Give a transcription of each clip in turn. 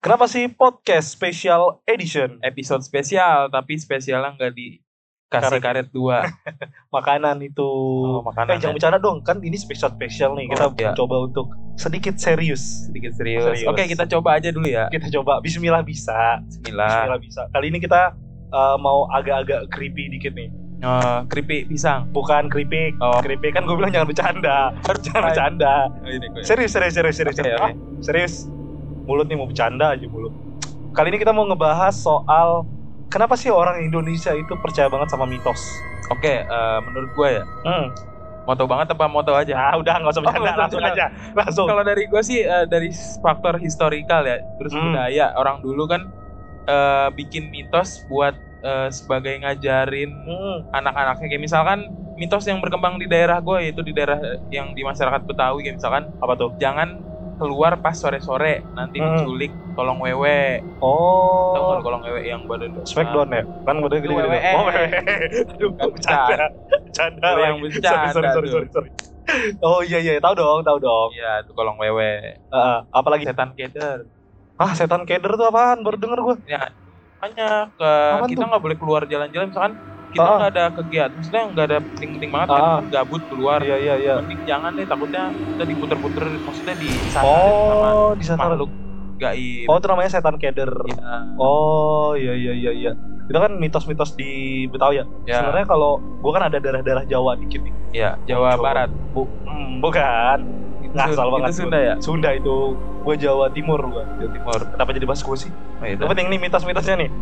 Kenapa sih podcast special edition? Episode spesial, tapi spesialnya nggak dikasih karet 2. Makanan itu. Makanan. Jangan bercanda dong, kan ini spesial nih. Kita coba untuk sedikit serius. Oke, kita coba aja dulu ya. Kita coba. Bismillah bisa. Bismillah bisa. Kali ini kita mau agak-agak creepy dikit nih. Keripik pisang. Bukan keripik. Keripik kan gue bilang jangan bercanda. Jangan bercanda. Serius. Okay. Serius. Mulut nih mau bercanda aja mulut. Kali ini kita mau ngebahas soal kenapa sih orang Indonesia itu percaya banget sama mitos. Oke, menurut gue ya. Moto banget apa moto aja? Udah nggak usah bercanda, langsung. Kalau dari gue sih dari faktor historikal ya, terus budaya. Orang dulu kan bikin mitos buat sebagai ngajarin anak-anaknya. Kayak misalkan mitos yang berkembang di daerah gue, yaitu di daerah yang di masyarakat Betawi. Kayak misalkan apa tuh? Jangan keluar pas sore-sore, nanti diculik kolong wewe. Tahu nggak kolong wewe yang badan Smackdown ya? Kan badan gede-gede. Wewe. Aduh, bercanda yang bercanda. Sorry. Oh iya, tahu dong. Iya, itu kolong wewe. Apalagi setan keder. Setan keder tuh apaan? Baru denger gue. Ya, hanya kita nggak boleh keluar jalan-jalan, misalkan kita nggak ada kegiatan, maksudnya nggak ada penting-penting banget, kan gabut keluar. Iya. Mending jangan deh, takutnya kita diputer-puter, maksudnya disasar sama makhluk gaib. Itu namanya setan keder. Ya. Iya. Itu kan mitos-mitos di Betawi ya. Sebenarnya kalau gue kan ada daerah-daerah Jawa dikit nih. Iya, Jawa Barat. Bukan. Ngasal banget. Itu Sunda ya? Sunda itu. Gue Jawa Timur. Kenapa jadi bahas gue sih? Itu penting nih mitos-mitosnya nih.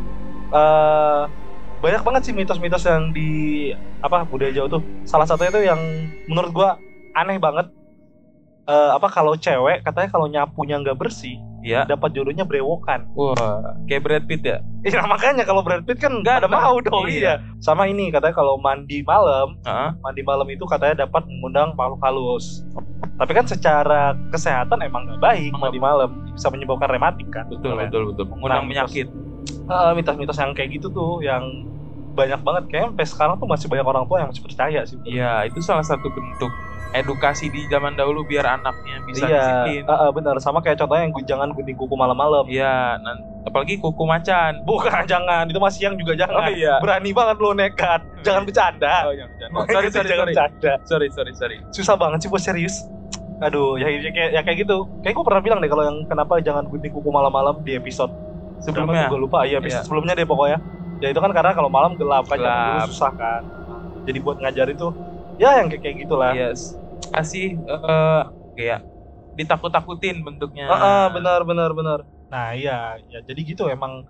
Banyak banget sih mitos-mitos yang di budaya Jawa tuh. Salah satunya tuh yang menurut gue aneh banget. Kalau cewek katanya kalau nyapunya nggak bersih, dapat jodohnya brewokan. Wah, kayak Brad Pitt ya? Iya, makanya kalau Brad Pitt kan nggak ada mau dong. Iya. Sama ini katanya kalau mandi malam itu katanya dapat mengundang makhluk halus. Tapi kan secara kesehatan emang nggak baik mandi malam, bisa menyebabkan rematik kan. Betul. Mengundang penyakit. Mitos-mitos yang kayak gitu tuh yang banyak banget, kayaknya sampai sekarang tuh masih banyak orang tua yang masih percaya sih. Iya, itu salah satu bentuk edukasi di zaman dahulu biar anaknya bisa disiplin. Benar, sama kayak contohnya yang jangan gunting kuku malam-malam. Iya, apalagi kuku macan. Bukan, jangan, itu masih siang juga jangan. Berani banget lo nekat. Jangan bercanda. Jangan bercanda. Sorry. Susah banget sih buat serius. Aduh, ya kayak gitu. Kayak gue pernah bilang deh kalau yang kenapa jangan gunting kuku malam-malam di episode sebelumnya. Gue lupa, episode sebelumnya deh pokoknya. Ya itu kan karena kalau malam gelap kan, zaman dulu susah kan. Jadi buat ngajar itu ya yang kayak gitulah. Yes. Kasih kayak ditakut-takutin bentuknya. Benar. Nah, iya, jadi gitu emang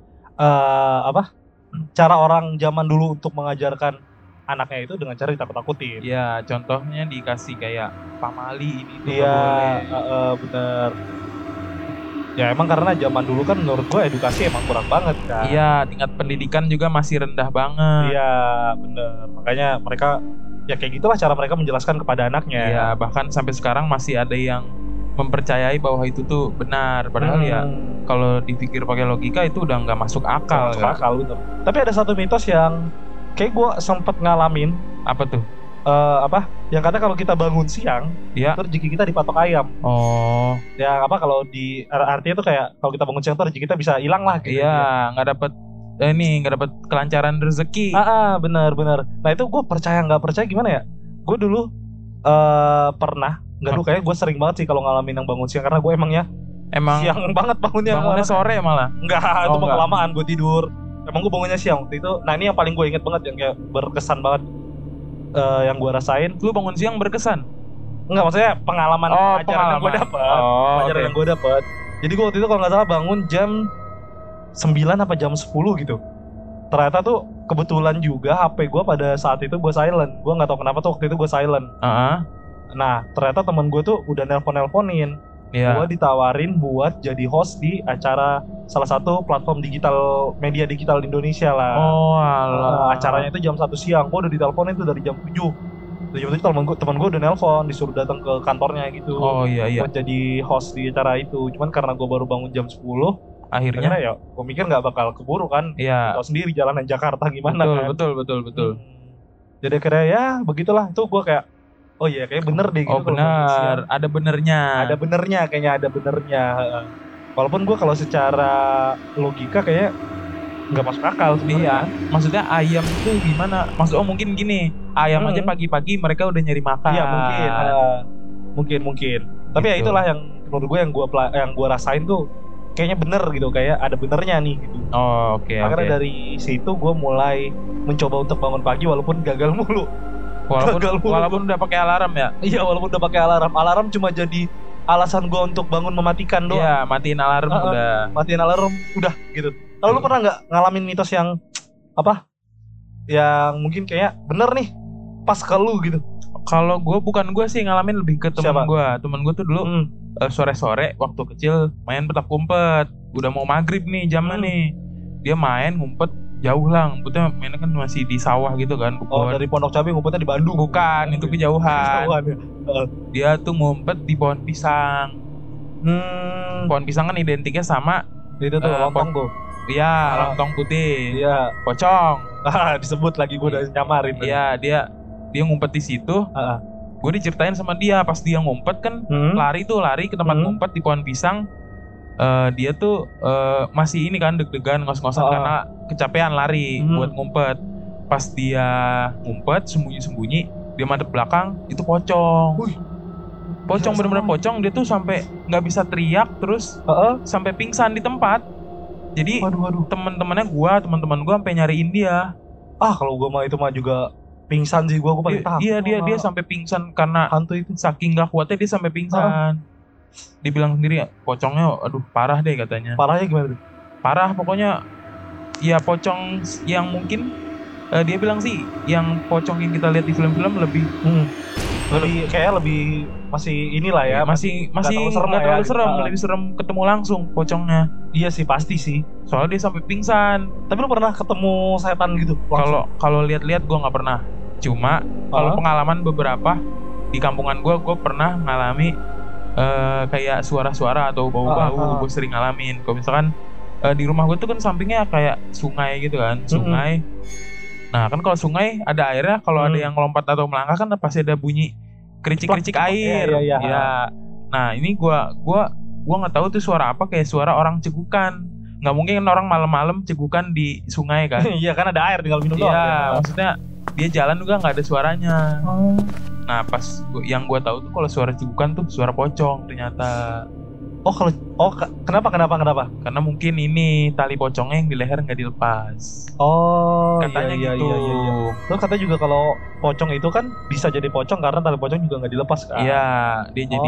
cara orang zaman dulu untuk mengajarkan anaknya itu dengan cara ditakut-takutin. Iya, contohnya dikasih kayak pamali ini tuh. Iya, benar. Ya emang karena zaman dulu kan menurut gue edukasi emang kurang banget kan. Iya, tingkat pendidikan juga masih rendah banget. Iya, benar. Makanya mereka ya kayak gitulah cara mereka menjelaskan kepada anaknya. Iya, bahkan sampai sekarang masih ada yang mempercayai bahwa itu tuh benar. Padahal ya kalau dipikir pakai logika itu udah nggak masuk akal. Bener. Tapi ada satu mitos yang kayak gue sempet ngalamin. Apa tuh? Yang kata kalau kita bangun siang, rezeki kita dipatok ayam. Oh. Ya kalau di artinya tuh kayak kalau kita bangun siang tuh rezeki kita bisa hilang lah gitu. Iya, nggak dapat kelancaran rezeki. Benar. Nah itu gue percaya nggak percaya gimana ya? Gue dulu pernah, nggak dulu kayak gue sering banget sih kalau ngalamin yang bangun siang karena gue emang siang banget bangunnya sore malah. Enggak, itu kelamaan gue tidur. Emang gue bangunnya siang waktu itu. Nah ini yang paling gue inget banget yang kayak berkesan banget. Yang gue rasain. Lu bangun siang berkesan? Enggak, maksudnya pengalaman yang gue dapet. Yang gue dapet. Jadi gue waktu itu kalau nggak salah bangun jam 9 apa jam 10 gitu. Ternyata tuh kebetulan juga HP gue pada saat itu gue silent. Gue nggak tahu kenapa tuh waktu itu gue silent. Nah ternyata temen gue tuh udah nelponin. Gue ditawarin buat jadi host di acara salah satu platform media digital di Indonesia lah. Acaranya itu jam 1 siang. Gue udah diteleponin tuh dari jam 7. Dari jam 7 temen gue udah nelpon, disuruh datang ke kantornya gitu. Buat jadi host di acara itu. Cuman karena gue baru bangun jam 10, akhirnya ya gue mikir nggak bakal keburu kan. Tahu sendiri jalanan Jakarta gimana. Betul. Jadi akhirnya ya begitulah. Tuh gue kayak oh iya kayak bener deh gitu. Benar, ada benernya. Kayaknya ada benernya. Walaupun gue kalau secara logika kayak nggak masuk akal sebenarnya. Iya, maksudnya ayam tuh gimana? Maksudnya mungkin gini, ayam aja pagi-pagi mereka udah nyari makan. Iya mungkin. Tapi ya Gitu. itulah yang menurut gue yang gue rasain tuh kayaknya bener gitu, kayak ada benernya nih gitu. Oh, oke. Akhirnya dari situ gue mulai mencoba untuk bangun pagi walaupun gagal mulu. Walaupun udah pakai alarm ya. Iya, walaupun udah pakai alarm. Alarm cuma jadi alasan gue untuk bangun mematikan doang. Iya, matiin alarm udah. Matiin alarm udah gitu. Lalu lu pernah nggak ngalamin mitos yang apa? Yang mungkin kayak bener nih pas ke lu gitu. Kalau bukan gue sih ngalamin, lebih ke temen gue. Temen gue tuh dulu sore-sore waktu kecil main petak umpet. Udah mau maghrib nih jamnya nih. Dia main ngumpet jauh lah. Ngumpetnya mainnya kan masih di sawah gitu kan. Oh, dari Pondok Cabe ngumpetnya di Bandung. Bukan, itu kejauhan. Ya. Dia tuh ngumpet di pohon pisang. Pohon pisang kan identiknya sama itu tuh lontong tuh. Iya, lontong putih. Iya, pocong. Disebut lagi, gue udah nyamarin. Iya, dia ngumpet di situ. Gue diceritain sama dia pas dia ngumpet kan lari ke tempat ngumpet di pohon pisang. Dia tuh masih ini kan deg-degan ngos-ngosan karena kecapean lari buat ngumpet. Pas dia ngumpet sembunyi-sembunyi, dia madep belakang, itu pocong. Pocong, bener-bener pocong. Dia tuh sampai nggak bisa teriak, terus sampai pingsan di tempat. Jadi teman-teman gue sampai nyariin dia. Kalau gue mah itu mah juga pingsan sih, gue paling takut. Iya, dia sampai pingsan karena hantu itu. Saking gak kuatnya dia sampai pingsan. Dia bilang sendiri, pocongnya aduh parah deh katanya. Parahnya gimana tuh? Parah pokoknya. Ya pocong yang mungkin dia bilang sih yang pocong yang kita lihat di film-film lebih masih inilah ya, masih nggak terlalu serem, lebih serem ketemu langsung pocongnya. Iya sih, pasti sih, soalnya dia sampai pingsan. Tapi lu pernah ketemu setan gitu? Kalau lihat-lihat gue nggak pernah, cuma kalau pengalaman beberapa di kampungan gue pernah ngalami kayak suara-suara atau bau-bau. Gue sering ngalamin kalau misalkan di rumah gue tuh kan sampingnya kayak sungai gitu kan, sungai. Nah kan kalau sungai ada airnya, kalau ada yang lompat atau melangkah kan pasti ada bunyi kericik-kericik air. Iya. Nah ini gua nggak tahu tuh suara apa, kayak suara orang cegukan. Nggak mungkin kan orang malam-malam cegukan di sungai kan? Iya kan ada air, tinggal minum doang. Iya, maksudnya dia jalan juga nggak ada suaranya. Nah pas yang gua tahu tuh kalau suara cegukan tuh suara pocong ternyata. Kenapa? Karena mungkin ini tali pocongnya yang di leher nggak dilepas. Katanya gitu. Iya. Terus katanya juga kalau pocong itu kan bisa jadi pocong karena tali pocong juga nggak dilepas kan? Iya, dia jadi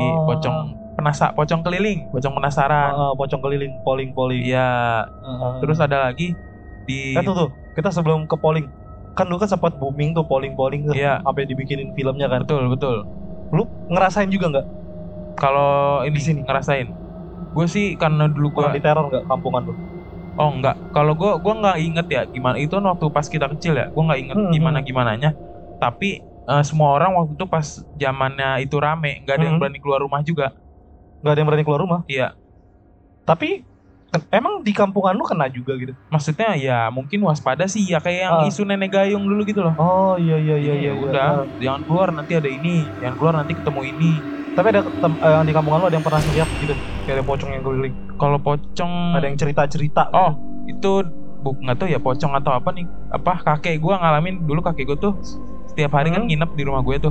pocong keliling, pocong penasaran. Pocong keliling, polling. Iya. Terus ada lagi di. Tuh, kita sebelum ke polling, kan lu kan sempat booming tuh polling tuh, sampai dibikinin filmnya kan? Betul. Lu ngerasain juga nggak? Kalau ini sini ngerasain. Gue sih karena dulu gue di teror nggak kampungan lu? Oh enggak, kalau gue nggak inget ya gimana itu waktu pas kita kecil ya, gue nggak inget gimananya. Tapi semua orang waktu itu pas zamannya itu rame, nggak ada yang berani keluar rumah juga. Nggak ada yang berani keluar rumah? Iya. Tapi emang di kampungan lu kena juga gitu? Maksudnya ya mungkin waspada sih ya, kayak yang isu nenek gayung dulu gitu loh. Oh iya. Udah, jangan keluar nanti ada ini, jangan keluar nanti ketemu ini. Tapi ada yang di kampungan lu ada yang pernah lihat gitu, kayak ada pocong yang keliling? Kalau pocong ada yang cerita. Oh itu nggak tahu ya pocong atau apa nih. Kakek gue ngalamin dulu. Kakek gue tuh setiap hari kan nginep di rumah gue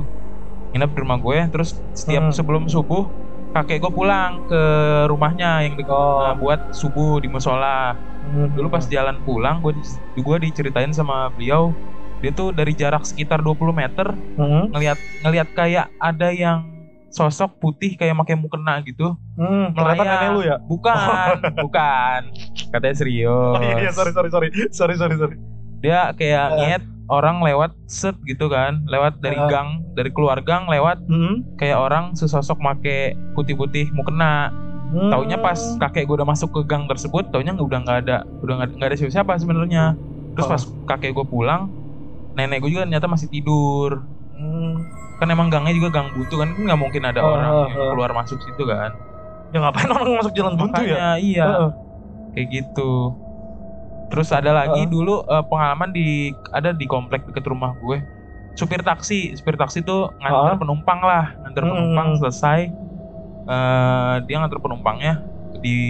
terus setiap sebelum subuh kakek gue pulang ke rumahnya yang buat subuh di musola. Dulu pas jalan pulang gue diceritain sama beliau, dia tuh dari jarak sekitar 20 meter ngelihat kayak ada yang sosok putih kayak pakai mukena gitu. Ternyata nenek lu ya? Bukan. Katanya serius. Oh iya, sorry. Dia kayak ngeliat orang lewat set gitu kan, lewat dari gang, dari keluar gang lewat, kayak orang sesosok pakai putih-putih mukena. Taunya pas kakek gue udah masuk ke gang tersebut, taunya udah nggak ada siapa sebenarnya. Terus pas kakek gue pulang, nenek gue juga ternyata masih tidur. Kan emang gangnya juga gang buntu kan, nggak mungkin ada orang yang keluar masuk situ kan. Ya ngapain orang masuk jalan buntu ya? Iya. Kayak gitu. Terus ada lagi dulu pengalaman ada di komplek deket rumah gue. Supir taksi tuh nganter penumpang selesai. Dia nganter penumpangnya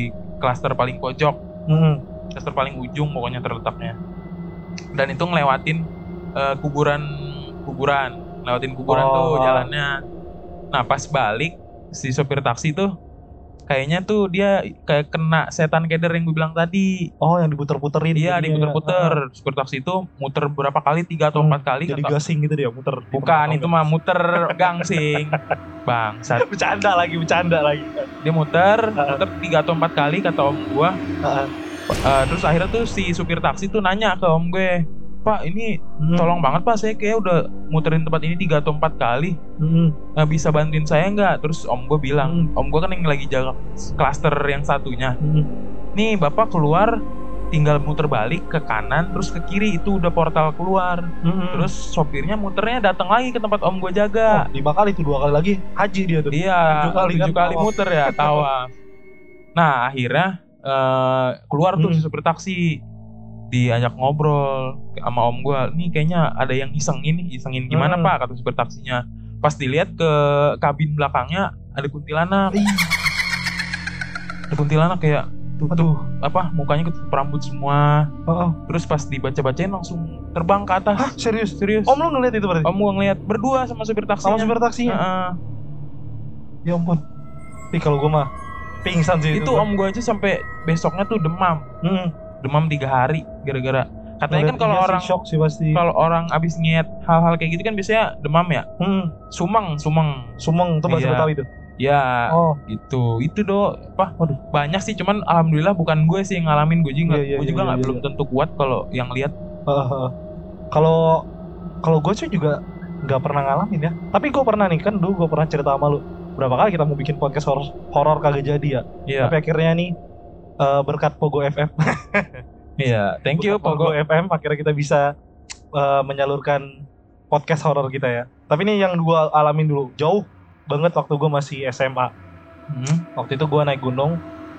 klaster paling pojok, klaster paling ujung pokoknya terletaknya. Dan itu ngelewatin kuburan, lewatin kuburan tuh jalannya. Nah pas balik si sopir taksi tuh kayaknya tuh dia kayak kena setan keder yang gue bilang tadi. Oh, yang diputer-puterin. Iya, diputer-puter. Supir taksi itu muter berapa kali? 3 atau 4 kali. Jadi gasing gitu dia, muter. Bukan, itu mah muter gangsing. Bangsat. Bercanda lagi. Dia muter 3 atau 4 kali kata om gua. Terus akhirnya tuh si supir taksi tuh nanya ke om gue, Pak, ini tolong banget Pak, saya kayak udah muterin tempat ini 3 atau 4 kali. Nggak bisa bantuin saya nggak? Terus om gue bilang, om gue kan yang lagi jaga klaster yang satunya. Nih Bapak keluar, tinggal muter balik ke kanan, terus ke kiri itu udah portal keluar. Terus sopirnya muternya datang lagi ke tempat om gue jaga. 5 kali tuh, 2 kali lagi haji dia tuh. Iya, 7 kali muter ya, tawaf. Nah akhirnya keluar tuh si supir taksi, diajak ngobrol sama om gue, nih kayaknya ada yang isengin gimana Pak, kata supir taksinya. Pas dilihat ke kabin belakangnya ada kuntilanak. Ada kuntilanak kayak tuh apa, mukanya ketutup rambut semua. Terus pas dibaca-bacain langsung terbang ke atas. Hah, serius? Om lu ngeliat itu berarti? Om gua ngeliat berdua sama supir taksinya. Ya ampun. Kalau gua mah pingsan sih itu om gua aja sampai besoknya tuh demam. Demam 3 hari gara-gara katanya kan kalau orang shock sih pasti. Kalau orang abis ngeliat hal-hal kayak gitu kan biasanya demam ya. Sumeng tuh bahasa Betawi tuh. Ya, itu do apa? Banyak sih, cuman alhamdulillah bukan gue sih yang ngalamin, gue juga nggak belum tentu kuat kalau yang lihat. Kalau gue sih juga nggak pernah ngalamin ya. Tapi gue pernah nih, kan dulu gue pernah cerita sama lu. Berapa kali kita mau bikin podcast horor kagak jadi ya. Tapi akhirnya nih berkat Pogo FM. Iya, thank you Pogo FM akhirnya kita bisa menyalurkan podcast horor kita ya. Tapi ini yang gue alamin dulu jauh banget waktu gue masih SMA. Waktu itu gue naik gunung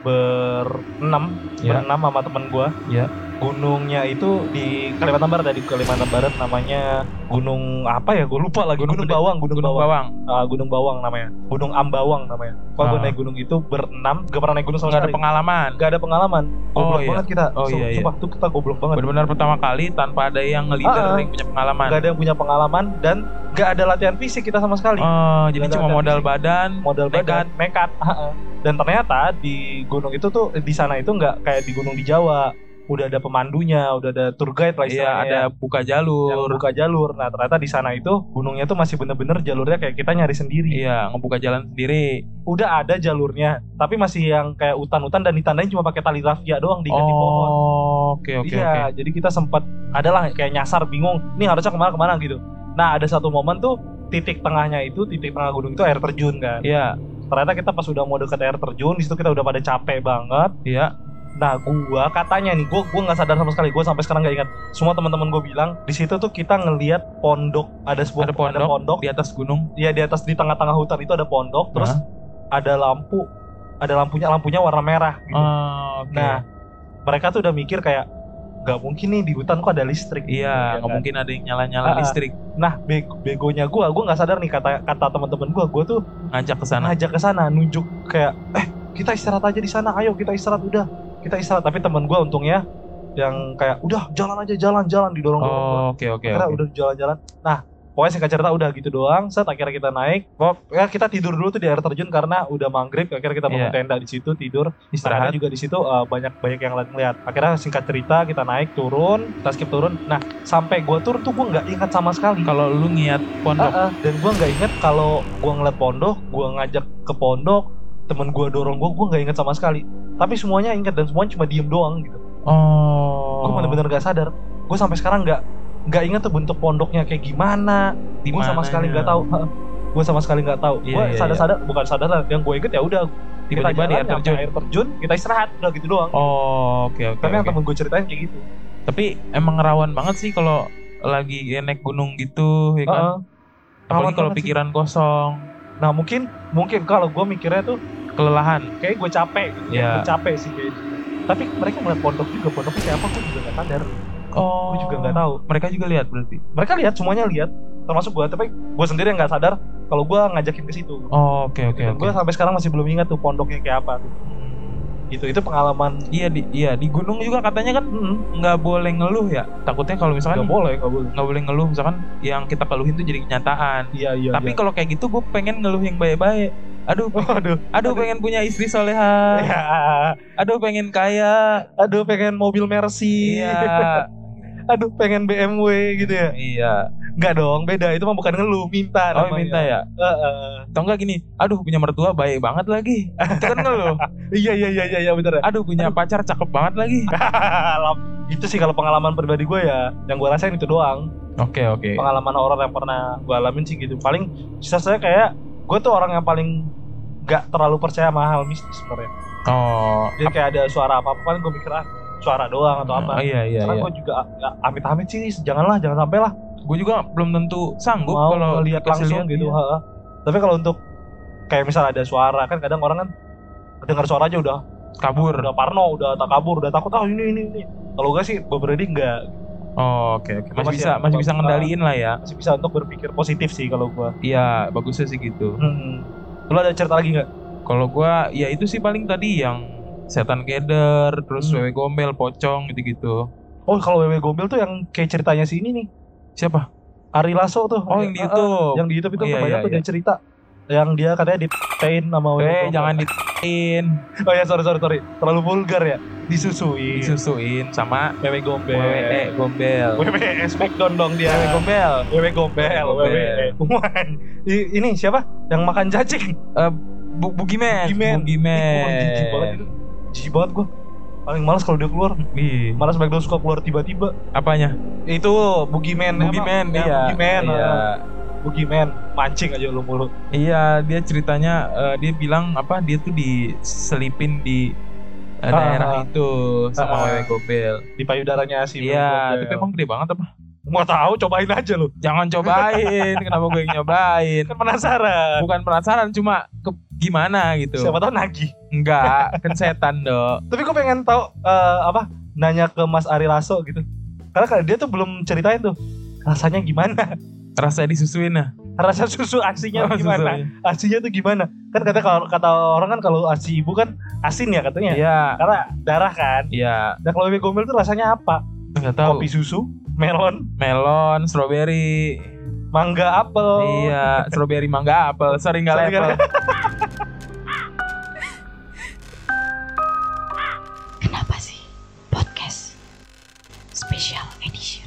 berenam sama temen gue. Gunungnya itu di Kalimantan Barat, Kalimantan Barat, namanya Gunung apa ya? Gue lupa lagi. Gunung Bawang. Gunung Bawang namanya. Gunung Ambawang namanya. Kalau gue naik gunung itu berenam, gak pernah naik gunung sama sekali. Gak ada pengalaman. Goblok banget kita. Sumpah tuh kita goblok banget. Benar-benar pertama kali tanpa ada yang nge-leader yang punya pengalaman. Gak ada yang punya pengalaman dan gak ada latihan fisik kita sama sekali. Jadi cuma modal badan, nekat. Dan ternyata di gunung itu tuh, di sana itu nggak kayak di gunung di Jawa. Udah ada pemandunya, udah ada tour guide lah istilahnya. Iya, ada buka jalur. Nah ternyata di sana itu gunungnya tuh masih bener-bener jalurnya kayak kita nyari sendiri. Iya, ngebuka jalan sendiri. Udah ada jalurnya, tapi masih yang kayak hutan-hutan dan ditandain cuma pakai tali rafia doang diikat di pohon. Oke. Jadi kita sempat adalah kayak nyasar, bingung. Nih harusnya kemana gitu. Nah ada satu momen tuh titik tengah gunung itu air terjun kan. Iya. Ternyata kita pas udah mau deket air terjun, di situ kita udah pada capek banget. Iya. Nah, gua katanya nih, gua nggak sadar sama sekali. Gua sampai sekarang nggak ingat. Semua teman-teman gua bilang di situ tuh kita ngelihat pondok, ada pondok di atas gunung. Iya, di tengah-tengah hutan itu ada pondok. Terus ada lampunya warna merah. Gitu. Nah, mereka tuh udah mikir kayak nggak mungkin nih di hutan kok ada listrik. Iya, nggak mungkin ada yang nyala listrik. Nah, begonya gua nggak sadar nih kata teman-teman gua tuh ngajak ke sana, nunjuk kayak kita istirahat aja di sana, ayo kita istirahat kita istirahat. Tapi teman gue untungnya yang kayak udah jalan didorong. Oke. Akhirnya udah jalan-jalan. Nah pokoknya singkat cerita udah gitu doang. Akhirnya kita naik. Kita tidur dulu tuh di air terjun karena udah maghrib. Akhirnya kita bangun tenda di situ tidur istirahat. Juga di situ banyak yang ngeliat. Akhirnya singkat cerita kita naik kita skip turun. Nah sampai gue turun tuh gue nggak ingat sama sekali kalau lu ngeliat pondok. Dan gue nggak ingat kalau gue ngeliat pondok, gue ngajak ke pondok, temen gue dorong gue nggak inget sama sekali. Tapi semuanya inget dan semuanya cuma diem doang gitu. Gue bener-bener gak sadar. Gue sampai sekarang nggak inget tuh bentuk pondoknya kayak gimana. Gue sama sekali nggak tahu. Gue bukan sadar. Yang gue inget ya udah tiba-tiba di air terjun kita istirahat udah gitu doang. Oke. Tapi yang temen gue ceritain kayak gitu. Tapi emang rawan banget sih kalau lagi naik gunung gitu, ya kan? Apalagi kalau pikiran kosong. Nah mungkin kalau gue mikirnya tuh kelelahan, kayak gue capek gitu. Gue capek sih kayak. Tapi mereka ngeliat pondoknya kayak apa gue juga nggak sadar. Gue juga nggak tahu. Mereka juga lihat berarti. Mereka lihat, semuanya lihat, termasuk gue. Tapi gue sendiri yang nggak sadar kalau gue ngajakin ke situ. Oke. Gue sampai sekarang masih belum ingat tuh pondoknya kayak apa tuh. Itu pengalaman. Iya di gunung juga katanya kan nggak boleh ngeluh ya. Takutnya kalau misalkan nggak boleh ngeluh, misalkan yang kita keluhin tuh jadi kenyataan. Iya. Tapi kalau kayak gitu gue pengen ngeluh yang baik-baik. Aduh pengen punya istri soleha. Ya. Aduh pengen kaya. Aduh pengen mobil Mercy. Iya. Aduh pengen BMW gitu ya. Iya. Enggak dong, beda. Itu mah bukan ngeluh, minta namanya. Oh, minta ya? Atau enggak gini, aduh punya mertua baik banget lagi. Itu kan ngeluh. Iya bener. Aduh punya pacar cakep banget lagi. Itu sih kalau pengalaman pribadi gue ya, yang gue rasain itu doang. Oke. Pengalaman horor yang pernah gue alamin sih gitu. Paling sisa saya kayak gue tuh orang yang paling gak terlalu percaya sama hal mistis sebenarnya. Oh. Jadi kayak ada suara apa-apa kan gue mikir suara doang atau apa. Iya. Karena gue juga amit-amit sih, jangan sampai lah. Gue juga belum tentu sanggup mau kalau lihat langsung gitu. Iya. Tapi kalau untuk kayak misal ada suara kan kadang orang kan dengar suara aja udah kabur, udah parno, udah tak kabur, udah takut ini. Kalau gue sih beberapa enggak. Oh, oke. Masih bisa ngendaliin lah ya. Masih bisa untuk berpikir positif sih kalau gue. Iya, bagusnya sih gitu. Lu ada cerita lagi nggak? Kalau gue ya itu sih paling tadi yang setan keder, terus wewe gombel, pocong gitu-gitu. Oh, kalau wewe gombel tuh yang kayak ceritanya si ini nih. Siapa? Ari Lasso tuh. Oh, yang di YouTube. Yang di YouTube itu banyak tuh dia cerita. Yang dia katanya ditain sama wewe gombel. Jangan ditain. Oh ya, sorry. Terlalu vulgar ya. Disusuin sama wewe gombel. Gombel. Wewe Smackdown dong dia. Wewe gombel. Ini siapa? Yang makan cacing? Bugiman. Jijik banget gue. Paling malas kalau dia keluar. Malas Smackdown suka keluar tiba-tiba. Apanya? Itu Bugiman. Iya. Bugiman mancing aja lu mulu. Iya, dia ceritanya dia bilang apa? Dia tuh diselipin di daerah itu sama wewe gombel. Di payudaranya si Iya, tapi emang gede banget apa? Mau tahu, cobain aja lu. Jangan cobain. Kenapa gue yang nyobain? Kan penasaran. Bukan penasaran, cuma gimana gitu. Siapa tahu nagih. Enggak, kan setan dong. Tapi gue pengen tahu nanya ke Mas Ari Lasso gitu. Karena dia tuh belum ceritain tuh rasanya gimana. Rasa disusuin nah. Rasa susu asinya gimana? Asinya tuh gimana? Kan kata orang kan kalau asi ibu kan asin ya katanya. Iya. Karena darah kan. Iya. Nah kalau wewe gombel tuh rasanya apa? Enggak tahu. Kopi susu, melon, strawberry, mangga, apel. Iya, strawberry, mangga, apel. Sorry nggak level. Kenapa sih podcast special edition?